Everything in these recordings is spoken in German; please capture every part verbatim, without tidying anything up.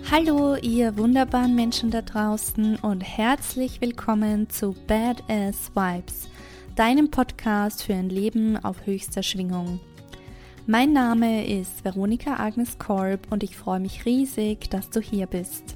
Hallo ihr wunderbaren Menschen da draußen und herzlich willkommen zu Badass Vibes, deinem Podcast für ein Leben auf höchster Schwingung. Mein Name ist Veronika Agnes Kolb und ich freue mich riesig, dass du hier bist.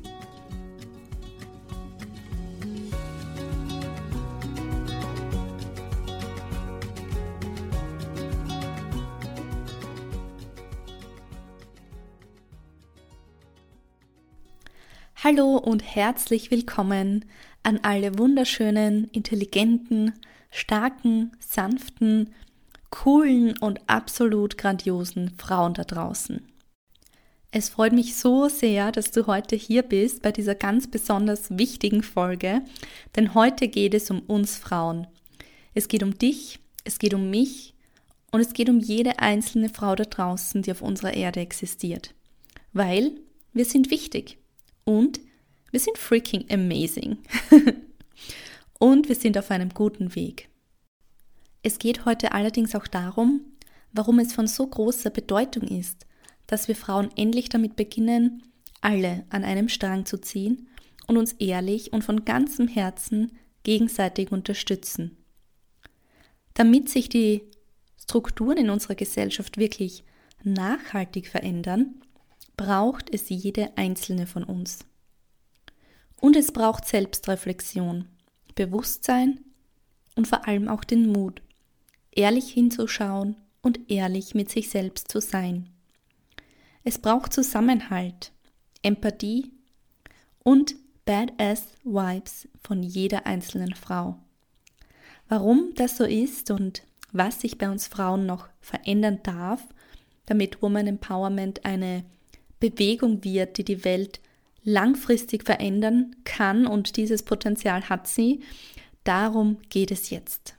Hallo und herzlich willkommen an alle wunderschönen, intelligenten, starken, sanften, coolen und absolut grandiosen Frauen da draußen. Es freut mich so sehr, dass du heute hier bist bei dieser ganz besonders wichtigen Folge, denn heute geht es um uns Frauen. Es geht um dich, es geht um mich und es geht um jede einzelne Frau da draußen, die auf unserer Erde existiert. Weil wir sind wichtig. Und wir sind freaking amazing. Und wir sind auf einem guten Weg. Es geht heute allerdings auch darum, warum es von so großer Bedeutung ist, dass wir Frauen endlich damit beginnen, alle an einem Strang zu ziehen und uns ehrlich und von ganzem Herzen gegenseitig unterstützen. Damit sich die Strukturen in unserer Gesellschaft wirklich nachhaltig verändern, braucht es jede einzelne von uns. Und es braucht Selbstreflexion, Bewusstsein und vor allem auch den Mut, ehrlich hinzuschauen und ehrlich mit sich selbst zu sein. Es braucht Zusammenhalt, Empathie und Badass Vibes von jeder einzelnen Frau. Warum das so ist und was sich bei uns Frauen noch verändern darf, damit Woman Empowerment eine Bewegung wird, die die Welt langfristig verändern kann und dieses Potenzial hat sie. Darum geht es jetzt.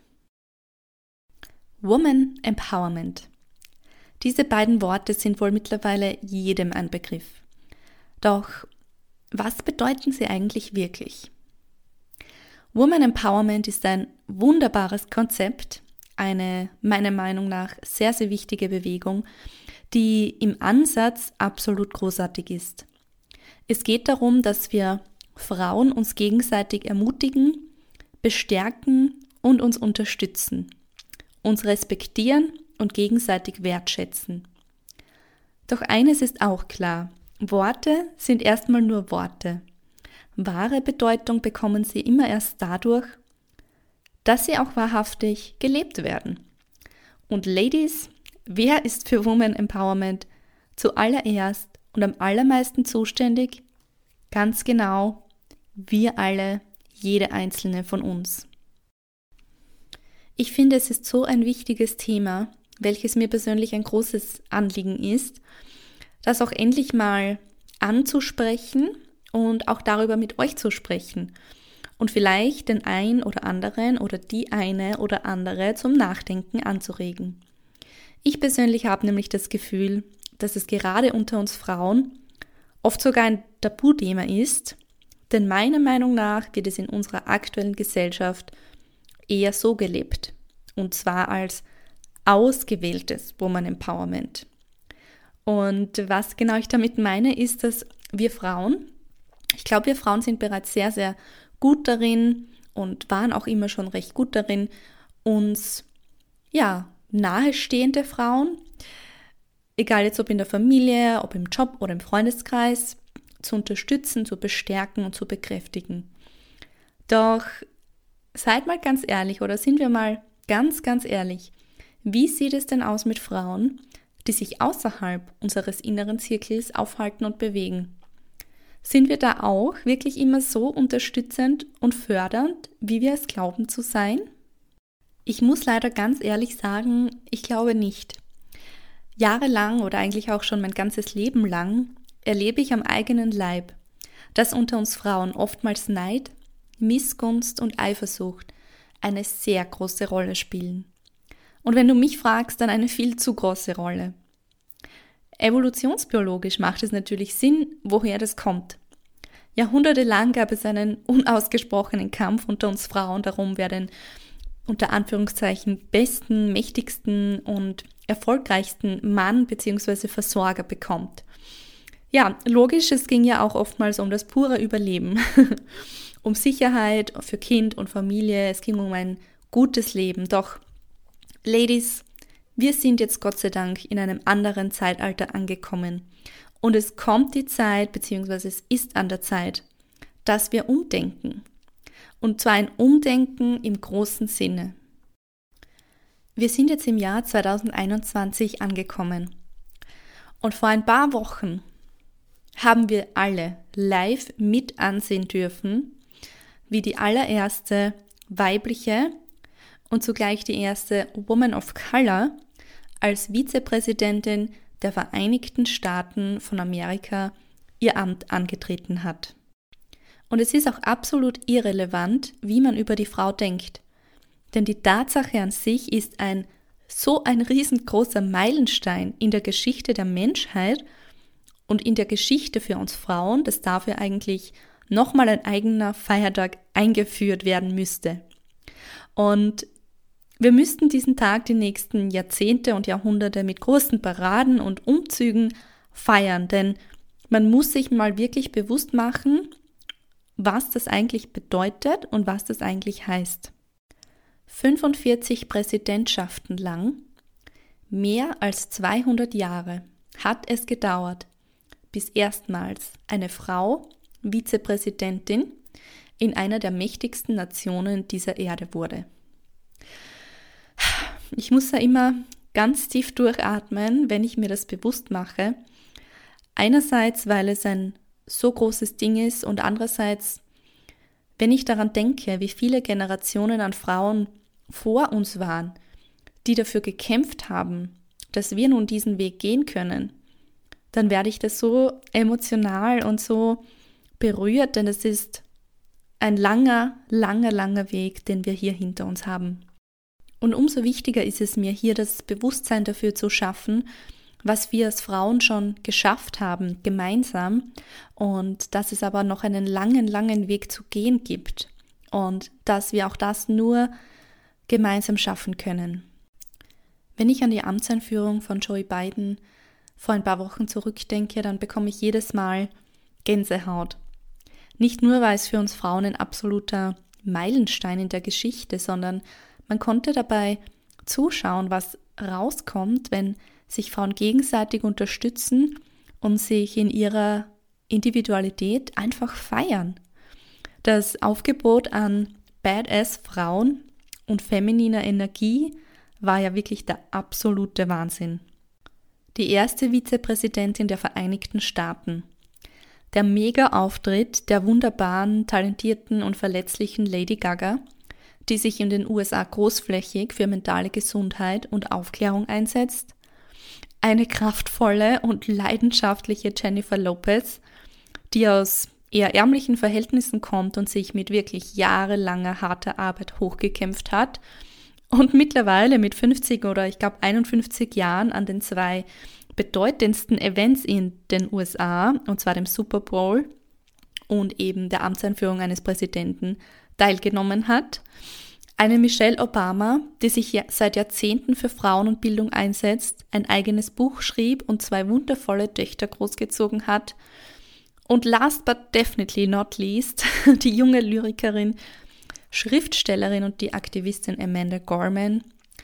Woman Empowerment. Diese beiden Worte sind wohl mittlerweile jedem ein Begriff. Doch was bedeuten sie eigentlich wirklich? Woman Empowerment ist ein wunderbares Konzept, eine meiner Meinung nach sehr, sehr wichtige Bewegung, die im Ansatz absolut großartig ist. Es geht darum, dass wir Frauen uns gegenseitig ermutigen, bestärken und uns unterstützen, uns respektieren und gegenseitig wertschätzen. Doch eines ist auch klar, Worte sind erstmal nur Worte. Wahre Bedeutung bekommen sie immer erst dadurch, dass sie auch wahrhaftig gelebt werden. Und Ladies, wer ist für Woman Empowerment zuallererst und am allermeisten zuständig? Ganz genau, wir alle, jede einzelne von uns. Ich finde, es ist so ein wichtiges Thema, welches mir persönlich ein großes Anliegen ist, das auch endlich mal anzusprechen und auch darüber mit euch zu sprechen und vielleicht den einen oder anderen oder die eine oder andere zum Nachdenken anzuregen. Ich persönlich habe nämlich das Gefühl, dass es gerade unter uns Frauen oft sogar ein Tabuthema ist, denn meiner Meinung nach wird es in unserer aktuellen Gesellschaft eher so gelebt, und zwar als ausgewähltes Woman Empowerment. Und was genau ich damit meine, ist, dass wir Frauen, ich glaube, wir Frauen sind bereits sehr, sehr gut darin und waren auch immer schon recht gut darin, uns, ja, nahestehende Frauen, egal jetzt ob in der Familie, ob im Job oder im Freundeskreis, zu unterstützen, zu bestärken und zu bekräftigen. Doch seid mal ganz ehrlich oder sind wir mal ganz, ganz ehrlich, wie sieht es denn aus mit Frauen, die sich außerhalb unseres inneren Zirkels aufhalten und bewegen? Sind wir da auch wirklich immer so unterstützend und fördernd, wie wir es glauben zu sein? Ich muss leider ganz ehrlich sagen, ich glaube nicht. Jahrelang oder eigentlich auch schon mein ganzes Leben lang erlebe ich am eigenen Leib, dass unter uns Frauen oftmals Neid, Missgunst und Eifersucht eine sehr große Rolle spielen. Und wenn du mich fragst, dann eine viel zu große Rolle. Evolutionsbiologisch macht es natürlich Sinn, woher das kommt. Jahrhundertelang gab es einen unausgesprochenen Kampf unter uns Frauen darum, wer den unter Anführungszeichen besten, mächtigsten und erfolgreichsten Mann bzw. Versorger bekommt. Ja, logisch, es ging ja auch oftmals um das pure Überleben, um Sicherheit für Kind und Familie, es ging um ein gutes Leben. Doch, Ladies, wir sind jetzt Gott sei Dank in einem anderen Zeitalter angekommen. Und es kommt die Zeit, beziehungsweise es ist an der Zeit, dass wir umdenken. Und zwar ein Umdenken im großen Sinne. Wir sind jetzt im Jahr zwanzig einundzwanzig angekommen. Und vor ein paar Wochen haben wir alle live mit ansehen dürfen, wie die allererste weibliche und zugleich die erste Woman of Color als Vizepräsidentin der Vereinigten Staaten von Amerika ihr Amt angetreten hat. Und es ist auch absolut irrelevant, wie man über die Frau denkt. Denn die Tatsache an sich ist ein so ein riesengroßer Meilenstein in der Geschichte der Menschheit und in der Geschichte für uns Frauen, dass dafür eigentlich nochmal ein eigener Feiertag eingeführt werden müsste. Und wir müssten diesen Tag die nächsten Jahrzehnte und Jahrhunderte mit großen Paraden und Umzügen feiern, denn man muss sich mal wirklich bewusst machen, was das eigentlich bedeutet und was das eigentlich heißt. fünfundvierzig Präsidentschaften lang, mehr als zweihundert Jahre, hat es gedauert, bis erstmals eine Frau Vizepräsidentin in einer der mächtigsten Nationen dieser Erde wurde. Ich muss da immer ganz tief durchatmen, wenn ich mir das bewusst mache. Einerseits, weil es ein so großes Ding ist und andererseits, wenn ich daran denke, wie viele Generationen an Frauen vor uns waren, die dafür gekämpft haben, dass wir nun diesen Weg gehen können, dann werde ich das so emotional und so berührt, denn es ist ein langer, langer, langer Weg, den wir hier hinter uns haben. Und umso wichtiger ist es mir, hier das Bewusstsein dafür zu schaffen, was wir als Frauen schon geschafft haben, gemeinsam, und dass es aber noch einen langen, langen Weg zu gehen gibt und dass wir auch das nur gemeinsam schaffen können. Wenn ich an die Amtseinführung von Joe Biden vor ein paar Wochen zurückdenke, dann bekomme ich jedes Mal Gänsehaut. Nicht nur, weil es für uns Frauen ein absoluter Meilenstein in der Geschichte, sondern man konnte dabei zuschauen, was rauskommt, wenn sich Frauen gegenseitig unterstützen und sich in ihrer Individualität einfach feiern. Das Aufgebot an Badass-Frauen und femininer Energie war ja wirklich der absolute Wahnsinn. Die erste Vizepräsidentin der Vereinigten Staaten. Der Mega-Auftritt der wunderbaren, talentierten und verletzlichen Lady Gaga, die sich in den U S A großflächig für mentale Gesundheit und Aufklärung einsetzt. Eine kraftvolle und leidenschaftliche Jennifer Lopez, die aus eher ärmlichen Verhältnissen kommt und sich mit wirklich jahrelanger harter Arbeit hochgekämpft hat und mittlerweile mit fünfzig oder ich glaube einundfünfzig Jahren an den zwei bedeutendsten Events in den U S A, und zwar dem Super Bowl und eben der Amtseinführung eines Präsidenten, teilgenommen hat. Eine Michelle Obama, die sich seit Jahrzehnten für Frauen und Bildung einsetzt, ein eigenes Buch schrieb und zwei wundervolle Töchter großgezogen hat. Und last but definitely not least, die junge Lyrikerin, Schriftstellerin und die Aktivistin Amanda Gorman,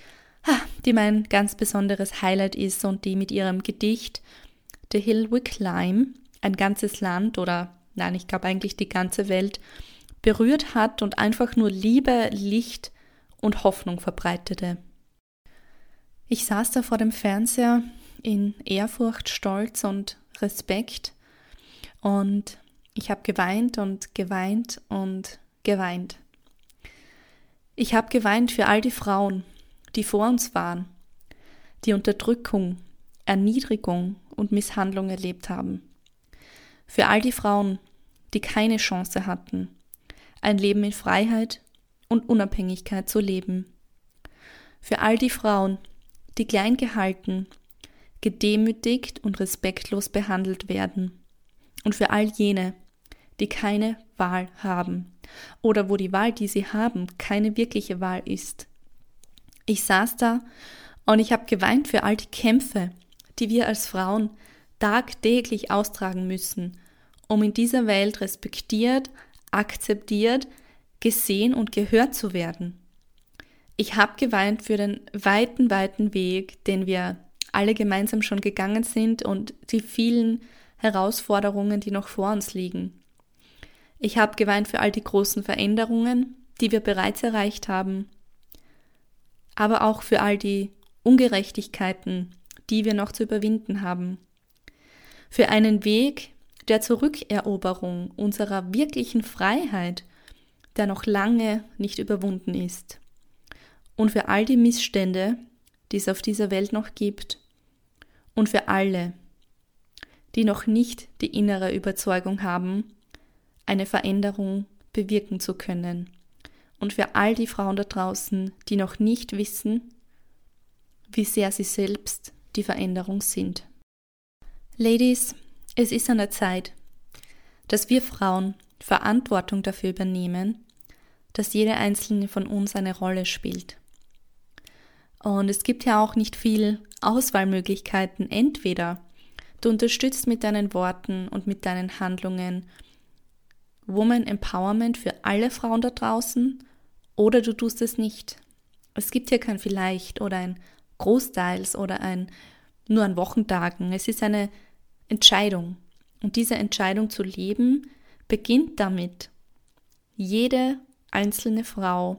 die mein ganz besonderes Highlight ist und die mit ihrem Gedicht The Hill We Climb ein ganzes Land oder, nein, ich glaube eigentlich die ganze Welt berührt hat und einfach nur Liebe, Licht und Hoffnung verbreitete. Ich saß da vor dem Fernseher in Ehrfurcht, Stolz und Respekt und ich habe geweint und geweint und geweint. Ich habe geweint für all die Frauen, die vor uns waren, die Unterdrückung, Erniedrigung und Misshandlung erlebt haben. Für all die Frauen, die keine Chance hatten, ein Leben in Freiheit und Unabhängigkeit zu leben. Für all die Frauen, die klein gehalten, gedemütigt und respektlos behandelt werden. Und für all jene, die keine Wahl haben oder wo die Wahl, die sie haben, keine wirkliche Wahl ist. Ich saß da und ich habe geweint für all die Kämpfe, die wir als Frauen tagtäglich austragen müssen, um in dieser Welt respektiert, akzeptiert, gesehen und gehört zu werden. Ich habe geweint für den weiten, weiten Weg, den wir alle gemeinsam schon gegangen sind und die vielen Herausforderungen, die noch vor uns liegen. Ich habe geweint für all die großen Veränderungen, die wir bereits erreicht haben, aber auch für all die Ungerechtigkeiten, die wir noch zu überwinden haben. Für einen Weg der Zurückeroberung unserer wirklichen Freiheit, der noch lange nicht überwunden ist. Und für all die Missstände, die es auf dieser Welt noch gibt. Und für alle, die noch nicht die innere Überzeugung haben, eine Veränderung bewirken zu können. Und für all die Frauen da draußen, die noch nicht wissen, wie sehr sie selbst die Veränderung sind. Ladies, es ist an der Zeit, dass wir Frauen Verantwortung dafür übernehmen, dass jede einzelne von uns eine Rolle spielt. Und es gibt ja auch nicht viel Auswahlmöglichkeiten. Entweder du unterstützt mit deinen Worten und mit deinen Handlungen Woman Empowerment für alle Frauen da draußen, oder du tust es nicht. Es gibt hier kein Vielleicht oder ein Großteils oder ein nur an Wochentagen. Es ist eine Entscheidung. Und diese Entscheidung zu leben, beginnt damit, jede einzelne Frau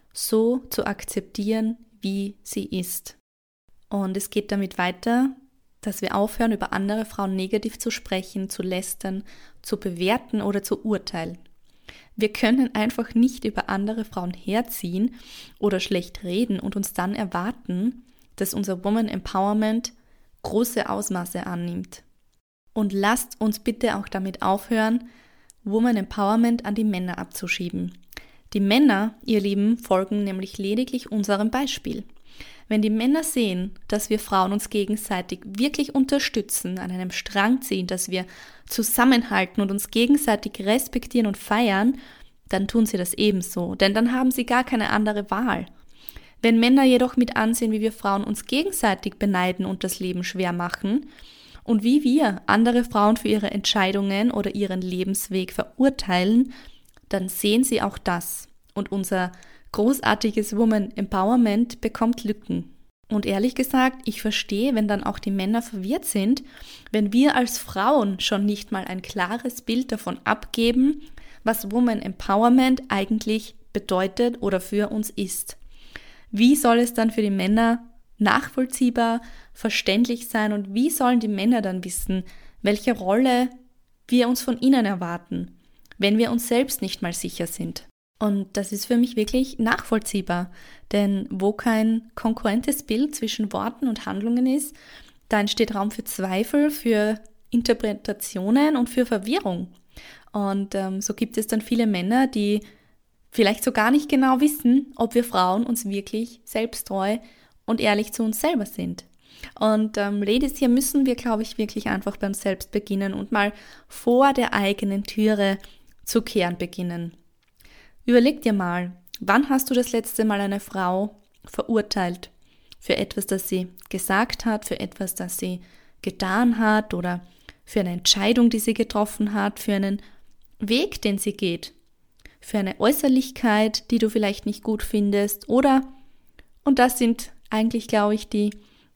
so zu akzeptieren, wie sie ist. Und es geht damit weiter, dass wir aufhören, über andere Frauen negativ zu sprechen, zu lästern, zu bewerten oder zu urteilen. Wir können einfach nicht über andere Frauen herziehen oder schlecht reden und uns dann erwarten, dass unser Woman Empowerment große Ausmaße annimmt. Und lasst uns bitte auch damit aufhören, Woman Empowerment an die Männer abzuschieben. Die Männer, ihr Lieben, folgen nämlich lediglich unserem Beispiel. Wenn die Männer sehen, dass wir Frauen uns gegenseitig wirklich unterstützen, an einem Strang ziehen, dass wir zusammenhalten und uns gegenseitig respektieren und feiern, dann tun sie das ebenso, denn dann haben sie gar keine andere Wahl. Wenn Männer jedoch mit ansehen, wie wir Frauen uns gegenseitig beneiden und das Leben schwer machen und wie wir andere Frauen für ihre Entscheidungen oder ihren Lebensweg verurteilen, dann sehen sie auch das und unser großartiges Woman Empowerment bekommt Lücken. Und ehrlich gesagt, ich verstehe, wenn dann auch die Männer verwirrt sind, wenn wir als Frauen schon nicht mal ein klares Bild davon abgeben, was Woman Empowerment eigentlich bedeutet oder für uns ist. Wie soll es dann für die Männer nachvollziehbar, verständlich sein und wie sollen die Männer dann wissen, welche Rolle wir uns von ihnen erwarten, wenn wir uns selbst nicht mal sicher sind? Und das ist für mich wirklich nachvollziehbar, denn wo kein konkurrentes Bild zwischen Worten und Handlungen ist, da entsteht Raum für Zweifel, für Interpretationen und für Verwirrung. Und ähm, so gibt es dann viele Männer, die vielleicht so gar nicht genau wissen, ob wir Frauen uns wirklich selbsttreu und ehrlich zu uns selber sind. Und ähm, Ladies, hier müssen wir, glaube ich, wirklich einfach beim Selbst beginnen und mal vor der eigenen Türe zu kehren beginnen. Überleg dir mal, wann hast du das letzte Mal eine Frau verurteilt für etwas, das sie gesagt hat, für etwas, das sie getan hat oder für eine Entscheidung, die sie getroffen hat, für einen Weg, den sie geht, für eine Äußerlichkeit, die du vielleicht nicht gut findest oder, und das sind eigentlich, glaube ich, die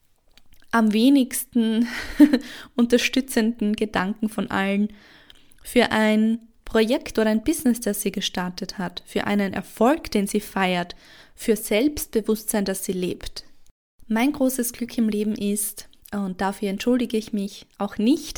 am wenigsten unterstützenden Gedanken von allen, für ein Projekt oder ein Business, das sie gestartet hat, für einen Erfolg, den sie feiert, für Selbstbewusstsein, das sie lebt. Mein großes Glück im Leben ist, und dafür entschuldige ich mich auch nicht,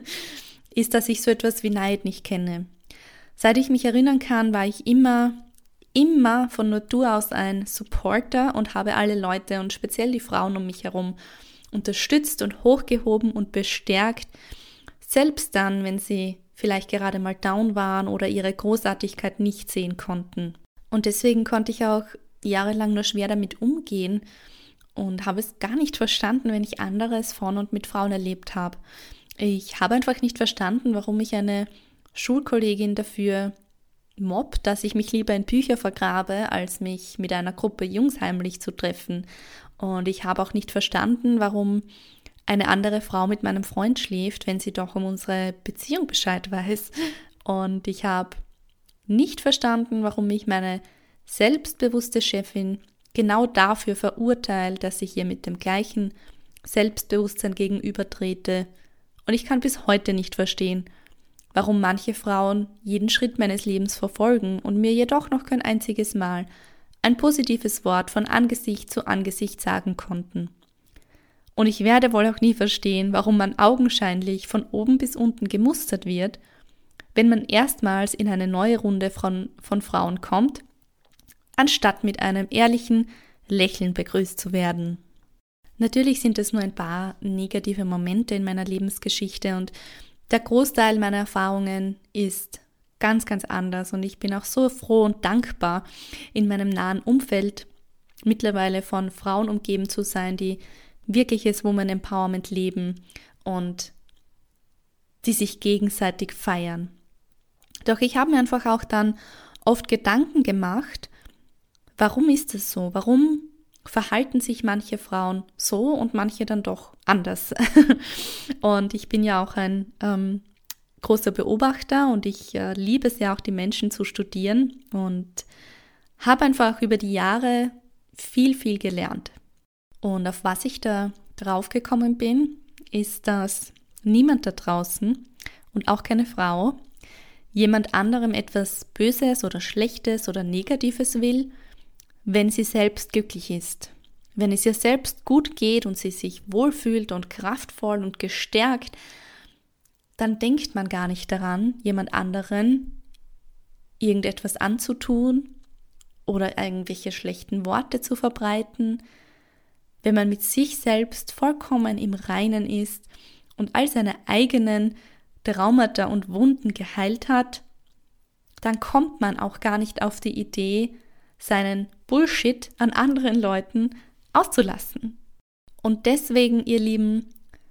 ist, dass ich so etwas wie Neid nicht kenne. Seit ich mich erinnern kann, war ich immer, immer von Natur aus ein Supporter und habe alle Leute und speziell die Frauen um mich herum unterstützt und hochgehoben und bestärkt, selbst dann, wenn sie vielleicht gerade mal down waren oder ihre Großartigkeit nicht sehen konnten. Und deswegen konnte ich auch jahrelang nur schwer damit umgehen und habe es gar nicht verstanden, wenn ich anderes von und mit Frauen erlebt habe. Ich habe einfach nicht verstanden, warum ich eine Schulkollegin dafür mobbt, dass ich mich lieber in Bücher vergrabe, als mich mit einer Gruppe Jungs heimlich zu treffen. Und ich habe auch nicht verstanden, warum eine andere Frau mit meinem Freund schläft, wenn sie doch um unsere Beziehung Bescheid weiß. Und ich habe nicht verstanden, warum mich meine selbstbewusste Chefin genau dafür verurteilt, dass ich ihr mit dem gleichen Selbstbewusstsein gegenübertrete. Und ich kann bis heute nicht verstehen, warum manche Frauen jeden Schritt meines Lebens verfolgen und mir jedoch noch kein einziges Mal ein positives Wort von Angesicht zu Angesicht sagen konnten. Und ich werde wohl auch nie verstehen, warum man augenscheinlich von oben bis unten gemustert wird, wenn man erstmals in eine neue Runde von, von Frauen kommt, anstatt mit einem ehrlichen Lächeln begrüßt zu werden. Natürlich sind es nur ein paar negative Momente in meiner Lebensgeschichte und der Großteil meiner Erfahrungen ist ganz, ganz anders und ich bin auch so froh und dankbar, in meinem nahen Umfeld mittlerweile von Frauen umgeben zu sein, die wirkliches Woman Empowerment leben und die sich gegenseitig feiern. Doch ich habe mir einfach auch dann oft Gedanken gemacht, warum ist es so? Warum verhalten sich manche Frauen so und manche dann doch anders? Und ich bin ja auch ein ähm, großer Beobachter und ich äh, liebe es ja auch, die Menschen zu studieren und habe einfach über die Jahre viel, viel gelernt. Und auf was ich da drauf gekommen bin, ist, dass niemand da draußen und auch keine Frau jemand anderem etwas Böses oder Schlechtes oder Negatives will, wenn sie selbst glücklich ist. Wenn es ihr selbst gut geht und sie sich wohlfühlt und kraftvoll und gestärkt, dann denkt man gar nicht daran, jemand anderen irgendetwas anzutun oder irgendwelche schlechten Worte zu verbreiten. Wenn man mit sich selbst vollkommen im Reinen ist und all seine eigenen Traumata und Wunden geheilt hat, dann kommt man auch gar nicht auf die Idee, seinen Bullshit an anderen Leuten auszulassen. Und deswegen, ihr Lieben,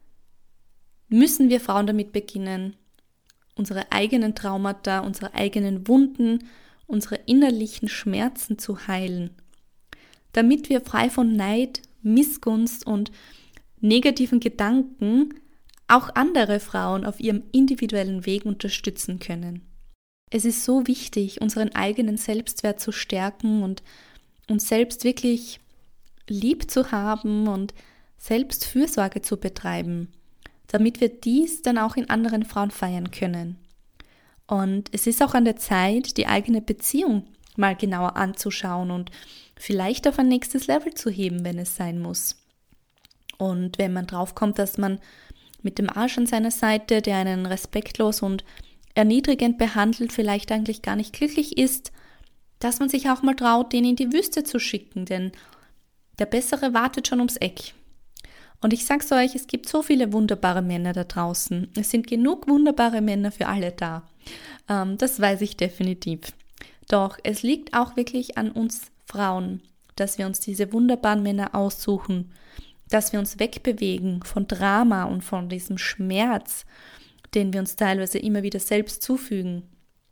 müssen wir Frauen damit beginnen, unsere eigenen Traumata, unsere eigenen Wunden, unsere innerlichen Schmerzen zu heilen, damit wir frei von Neid, Missgunst und negativen Gedanken auch andere Frauen auf ihrem individuellen Weg unterstützen können. Es ist so wichtig, unseren eigenen Selbstwert zu stärken und uns selbst wirklich lieb zu haben und Selbstfürsorge zu betreiben, damit wir dies dann auch in anderen Frauen feiern können. Und es ist auch an der Zeit, die eigene Beziehung mal genauer anzuschauen und vielleicht auf ein nächstes Level zu heben, wenn es sein muss. Und wenn man draufkommt, dass man mit dem Arsch an seiner Seite, der einen respektlos und erniedrigend behandelt, vielleicht eigentlich gar nicht glücklich ist, dass man sich auch mal traut, den in die Wüste zu schicken, denn der Bessere wartet schon ums Eck. Und ich sag's euch, es gibt so viele wunderbare Männer da draußen. Es sind genug wunderbare Männer für alle da. Ähm, das weiß ich definitiv. Doch es liegt auch wirklich an uns Frauen, dass wir uns diese wunderbaren Männer aussuchen, dass wir uns wegbewegen von Drama und von diesem Schmerz, den wir uns teilweise immer wieder selbst zufügen.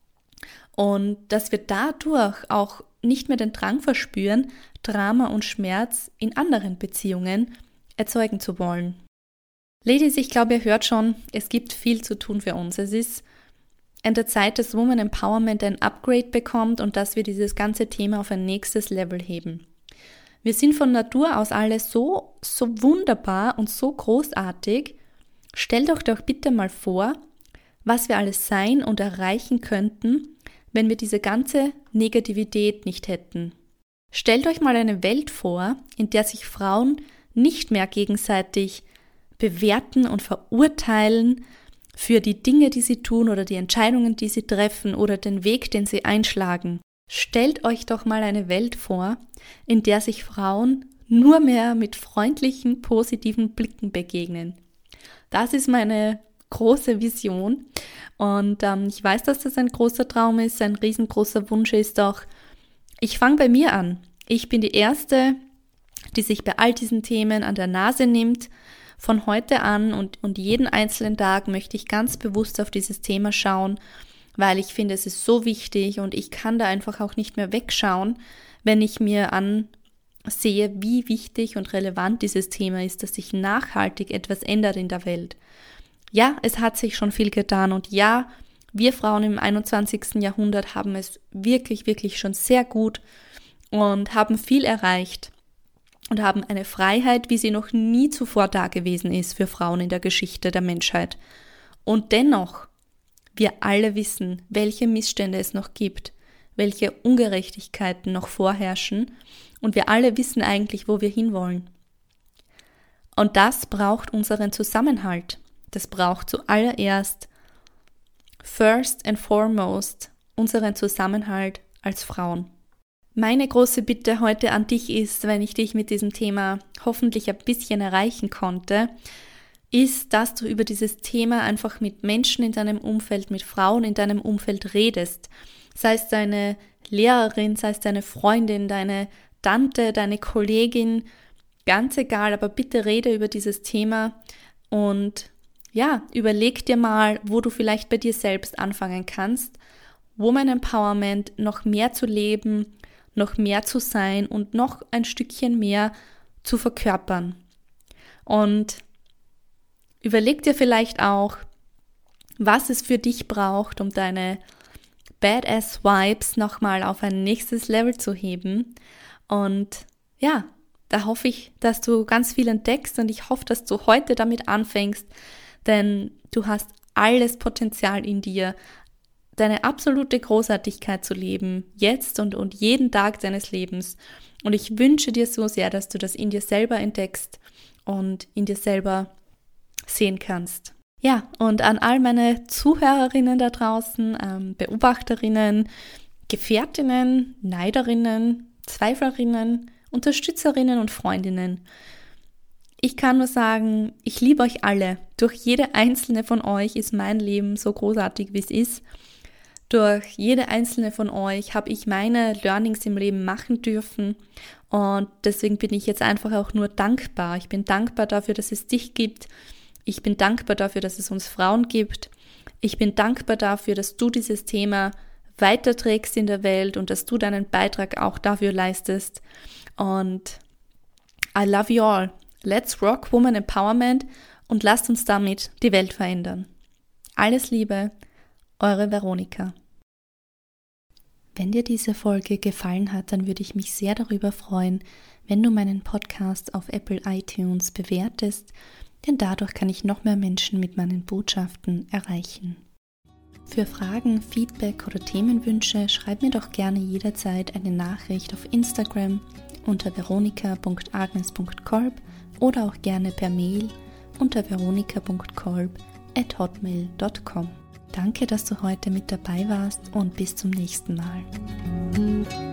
Und dass wir dadurch auch nicht mehr den Drang verspüren, Drama und Schmerz in anderen Beziehungen erzeugen zu wollen. Ladies, ich glaube, ihr hört schon, es gibt viel zu tun für uns. Es ist an der Zeit, dass Woman Empowerment ein Upgrade bekommt und dass wir dieses ganze Thema auf ein nächstes Level heben. Wir sind von Natur aus alle so, so wunderbar und so großartig. Stellt euch doch bitte mal vor, was wir alles sein und erreichen könnten, wenn wir diese ganze Negativität nicht hätten. Stellt euch mal eine Welt vor, in der sich Frauen nicht mehr gegenseitig bewerten und verurteilen für die Dinge, die sie tun oder die Entscheidungen, die sie treffen oder den Weg, den sie einschlagen. Stellt euch doch mal eine Welt vor, in der sich Frauen nur mehr mit freundlichen, positiven Blicken begegnen. Das ist meine große Vision und ähm, ich weiß, dass das ein großer Traum ist, ein riesengroßer Wunsch ist, doch ich fange bei mir an. Ich bin die Erste, die sich bei all diesen Themen an der Nase nimmt. Von heute an und, und jeden einzelnen Tag möchte ich ganz bewusst auf dieses Thema schauen, weil ich finde, es ist so wichtig und ich kann da einfach auch nicht mehr wegschauen, wenn ich mir anschaue, sehe, wie wichtig und relevant dieses Thema ist, dass sich nachhaltig etwas ändert in der Welt. Ja, es hat sich schon viel getan und ja, wir Frauen im einundzwanzigsten Jahrhundert haben es wirklich, wirklich schon sehr gut und haben viel erreicht und haben eine Freiheit, wie sie noch nie zuvor da gewesen ist für Frauen in der Geschichte der Menschheit. Und dennoch, wir alle wissen, welche Missstände es noch gibt, welche Ungerechtigkeiten noch vorherrschen und wir alle wissen eigentlich, wo wir hinwollen. Und das braucht unseren Zusammenhalt. Das braucht zuallererst, first and foremost, unseren Zusammenhalt als Frauen. Meine große Bitte heute an dich ist, wenn ich dich mit diesem Thema hoffentlich ein bisschen erreichen konnte, ist, dass du über dieses Thema einfach mit Menschen in deinem Umfeld, mit Frauen in deinem Umfeld redest. Sei es deine Lehrerin, sei es deine Freundin, deine Tante, deine Kollegin, ganz egal, aber bitte rede über dieses Thema und ja, überleg dir mal, wo du vielleicht bei dir selbst anfangen kannst, Woman Empowerment noch mehr zu leben, noch mehr zu sein und noch ein Stückchen mehr zu verkörpern. Und überleg dir vielleicht auch, was es für dich braucht, um deine Badass-Vibes nochmal auf ein nächstes Level zu heben. Und ja, da hoffe ich, dass du ganz viel entdeckst und ich hoffe, dass du heute damit anfängst, denn du hast alles Potenzial in dir, deine absolute Großartigkeit zu leben, jetzt und, und jeden Tag deines Lebens. Und ich wünsche dir so sehr, dass du das in dir selber entdeckst und in dir selber sehen kannst. Ja, und an all meine Zuhörerinnen da draußen, ähm, Beobachterinnen, Gefährtinnen, Neiderinnen, Zweiflerinnen, Unterstützerinnen und Freundinnen. Ich kann nur sagen, ich liebe euch alle. Durch jede einzelne von euch ist mein Leben so großartig, wie es ist. Durch jede einzelne von euch habe ich meine Learnings im Leben machen dürfen und deswegen bin ich jetzt einfach auch nur dankbar. Ich bin dankbar dafür, dass es dich gibt. Ich bin dankbar dafür, dass es uns Frauen gibt. Ich bin dankbar dafür, dass du dieses Thema weiterträgst in der Welt und dass du deinen Beitrag auch dafür leistest. Und I love you all. Let's rock Woman Empowerment und lasst uns damit die Welt verändern. Alles Liebe, eure Veronika. Wenn dir diese Folge gefallen hat, dann würde ich mich sehr darüber freuen, wenn du meinen Podcast auf Apple iTunes bewertest, denn dadurch kann ich noch mehr Menschen mit meinen Botschaften erreichen. Für Fragen, Feedback oder Themenwünsche schreib mir doch gerne jederzeit eine Nachricht auf Instagram unter veronika punkt agnes punkt kolb oder auch gerne per Mail unter veronika punkt kolb at hotmail punkt com. Danke, dass du heute mit dabei warst und bis zum nächsten Mal.